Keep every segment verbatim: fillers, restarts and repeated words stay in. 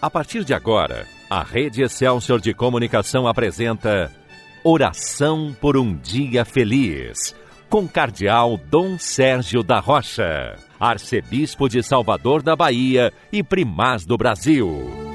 A partir de agora, a Rede Excelsior de Comunicação apresenta Oração por um Dia Feliz, com Cardeal Dom Sérgio da Rocha, Arcebispo de Salvador da Bahia e Primaz do Brasil.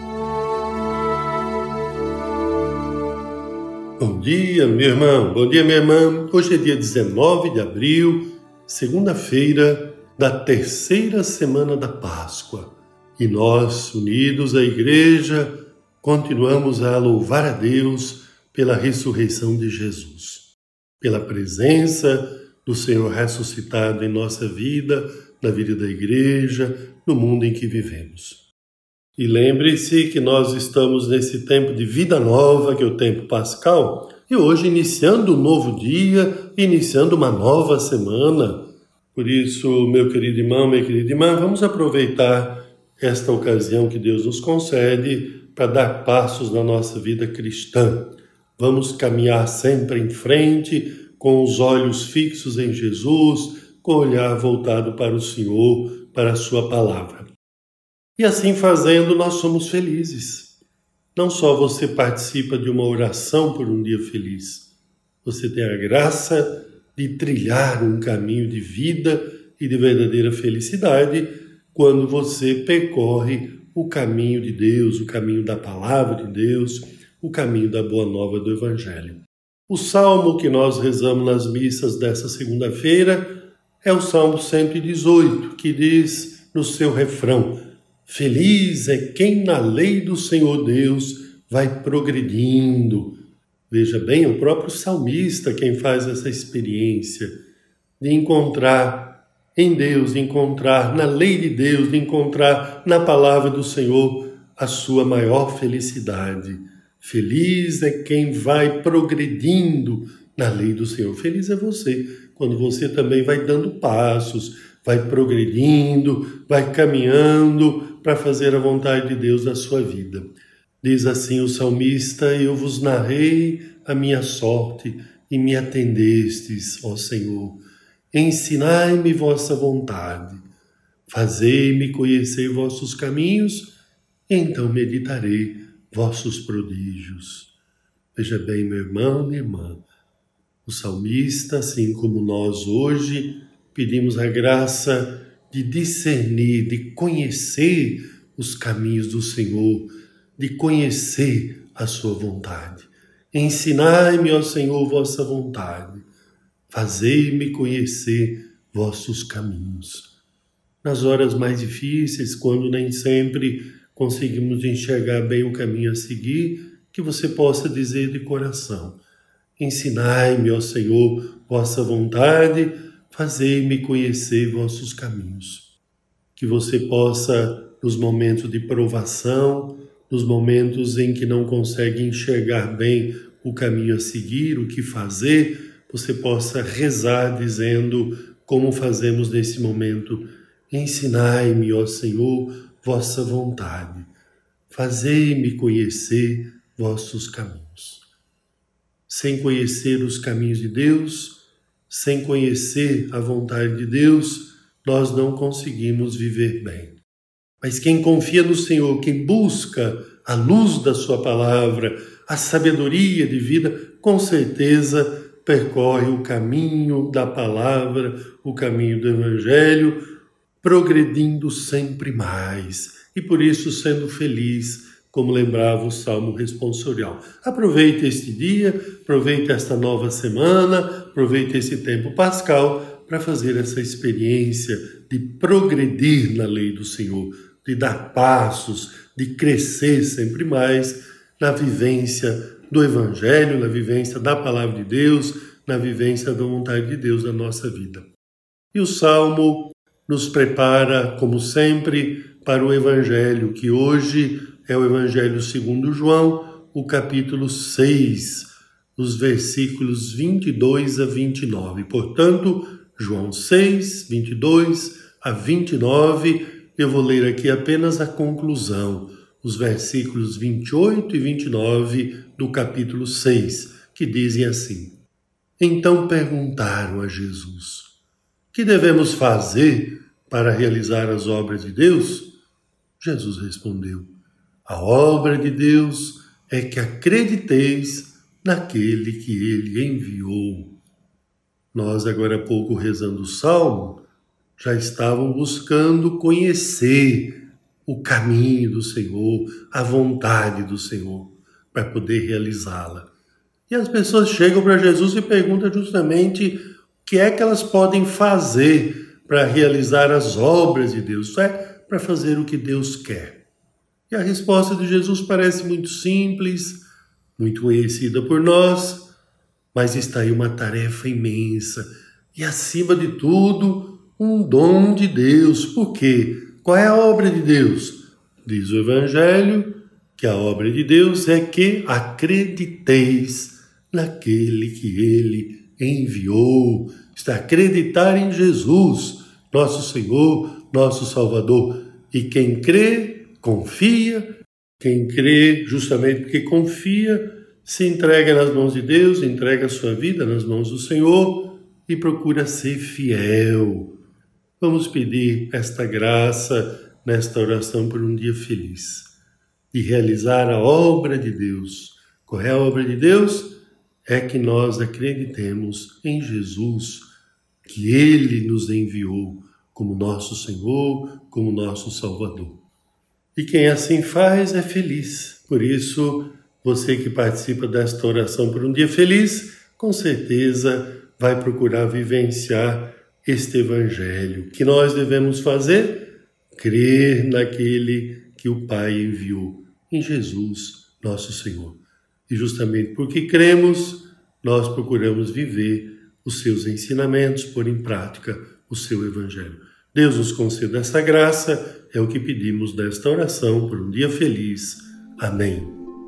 Bom dia, meu irmão, bom dia, minha irmã. Hoje é dia dezenove de abril, segunda-feira da terceira semana da Páscoa. E nós, unidos à Igreja, continuamos a louvar a Deus pela ressurreição de Jesus, pela presença do Senhor ressuscitado em nossa vida, na vida da Igreja, no mundo em que vivemos. E lembre-se que nós estamos nesse tempo de vida nova, que é o tempo pascal, e hoje iniciando um novo dia, iniciando uma nova semana. Por isso, meu querido irmão, minha querida irmã, vamos aproveitar esta ocasião que Deus nos concede para dar passos na nossa vida cristã. Vamos caminhar sempre em frente, com os olhos fixos em Jesus, com o olhar voltado para o Senhor, para a sua palavra. E assim fazendo, nós somos felizes. Não só você participa de uma oração por um dia feliz, você tem a graça de trilhar um caminho de vida e de verdadeira felicidade quando você percorre o caminho de Deus, o caminho da palavra de Deus, o caminho da boa nova do Evangelho. O salmo que nós rezamos nas missas dessa segunda-feira é o Salmo cento e dezoito, que diz no seu refrão: feliz é quem na lei do Senhor Deus vai progredindo. Veja bem, é o próprio salmista quem faz essa experiência de encontrar em Deus, de encontrar na lei de Deus, de encontrar na palavra do Senhor a sua maior felicidade. Feliz é quem vai progredindo na lei do Senhor. Feliz é você, quando você também vai dando passos, vai progredindo, vai caminhando para fazer a vontade de Deus na sua vida. Diz assim o salmista: eu vos narrei a minha sorte e me atendestes, ó Senhor. Ensinai-me vossa vontade, fazei-me conhecer vossos caminhos, e então meditarei vossos prodígios. Veja bem, meu irmão, minha irmã, o salmista, assim como nós hoje, pedimos a graça de discernir, de conhecer os caminhos do Senhor, de conhecer a sua vontade. Ensinai-me, ó Senhor, vossa vontade. Fazei-me conhecer vossos caminhos. Nas horas mais difíceis, quando nem sempre conseguimos enxergar bem o caminho a seguir, que você possa dizer de coração: ensinai-me, ó Senhor, vossa vontade, fazei-me conhecer vossos caminhos. Que você possa, nos momentos de provação, nos momentos em que não consegue enxergar bem o caminho a seguir, o que fazer, você possa rezar dizendo, como fazemos nesse momento: ensinai-me, ó Senhor, vossa vontade, fazei-me conhecer vossos caminhos. Sem conhecer os caminhos de Deus, sem conhecer a vontade de Deus, nós não conseguimos viver bem. Mas quem confia no Senhor, quem busca a luz da sua palavra, a sabedoria de vida, com certeza percorre o caminho da palavra, o caminho do Evangelho, progredindo sempre mais e por isso sendo feliz, como lembrava o Salmo responsorial. Aproveite este dia, aproveite esta nova semana, aproveite esse tempo pascal para fazer essa experiência de progredir na lei do Senhor, de dar passos, de crescer sempre mais na vivência do Evangelho, na vivência da Palavra de Deus, na vivência da vontade de Deus na nossa vida. E o Salmo nos prepara, como sempre, para o Evangelho, que hoje é o Evangelho segundo João, o capítulo seis, os versículos vinte e dois a vinte e nove. Portanto, João seis, vinte e dois a vinte e nove, eu vou ler aqui apenas a conclusão, os versículos vinte e oito e vinte e nove do capítulo seis, que dizem assim: Então perguntaram a Jesus: que devemos fazer para realizar as obras de Deus? Jesus respondeu: A obra de Deus é que acrediteis naquele que Ele enviou. Nós, agora há pouco, rezando o Salmo, já estavam buscando conhecer o caminho do Senhor, a vontade do Senhor, para poder realizá-la. E as pessoas chegam para Jesus e perguntam justamente o que é que elas podem fazer para realizar as obras de Deus, isso é, para fazer o que Deus quer. E a resposta de Jesus parece muito simples, muito conhecida por nós, mas está aí uma tarefa imensa e, acima de tudo, um dom de Deus. Por quê? Qual é a obra de Deus? Diz o Evangelho que a obra de Deus é que acrediteis naquele que Ele enviou. Está acreditar em Jesus, nosso Senhor, nosso Salvador. E quem crê, confia. Quem crê, justamente porque confia, se entrega nas mãos de Deus, entrega a sua vida nas mãos do Senhor e procura ser fiel. Vamos pedir esta graça nesta oração por um dia feliz, de realizar a obra de Deus. Qual é a obra de Deus? É que nós acreditemos em Jesus, que Ele nos enviou como nosso Senhor, como nosso Salvador. E quem assim faz é feliz. Por isso, você que participa desta oração por um dia feliz, com certeza vai procurar vivenciar este Evangelho. O que nós devemos fazer? Crer naquele que o Pai enviou, em Jesus, nosso Senhor. E justamente porque cremos, nós procuramos viver os seus ensinamentos, pôr em prática o seu Evangelho. Deus nos conceda essa graça, é o que pedimos nesta oração por um dia feliz. Amém.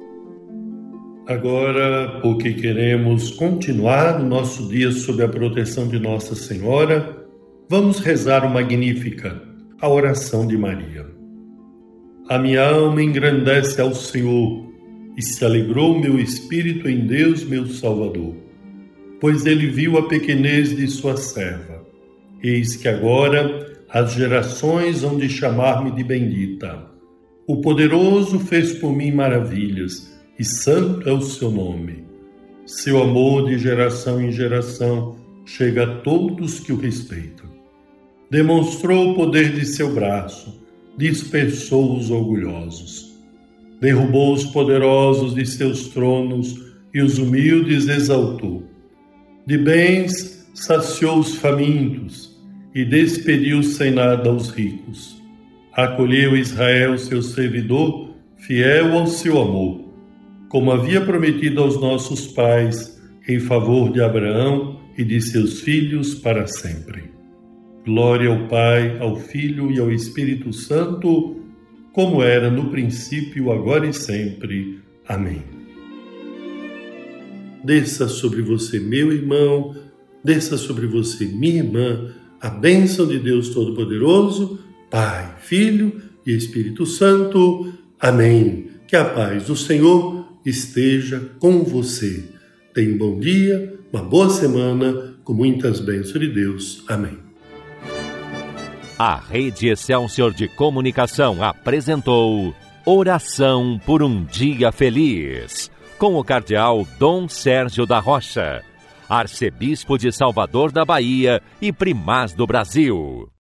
Agora, porque queremos continuar o nosso dia sob a proteção de Nossa Senhora, vamos rezar o Magnífica, a oração de Maria. A minha alma engrandece ao Senhor, e se alegrou meu espírito em Deus, meu Salvador, pois ele viu a pequenez de sua serva. Eis que agora as gerações hão de chamar-me de bendita. O Poderoso fez por mim maravilhas, e santo é o seu nome. Seu amor de geração em geração chega a todos que o respeitam. Demonstrou o poder de seu braço, dispersou os orgulhosos. Derrubou os poderosos de seus tronos e os humildes exaltou. De bens saciou os famintos e despediu sem nada os ricos. Acolheu Israel, seu servidor, fiel ao seu amor, como havia prometido aos nossos pais, em favor de Abraão e de seus filhos para sempre. Glória ao Pai, ao Filho e ao Espírito Santo, como era no princípio, agora e sempre. Amém. Desça sobre você, meu irmão, desça sobre você, minha irmã, a bênção de Deus Todo-Poderoso, Pai, Filho e Espírito Santo. Amém. Que a paz do Senhor esteja com você. Tenha um bom dia, uma boa semana, com muitas bênçãos de Deus. Amém. A Rede Excelsior de Comunicação apresentou Oração por um Dia Feliz, com o cardeal Dom Sérgio da Rocha, arcebispo de Salvador da Bahia e primaz do Brasil.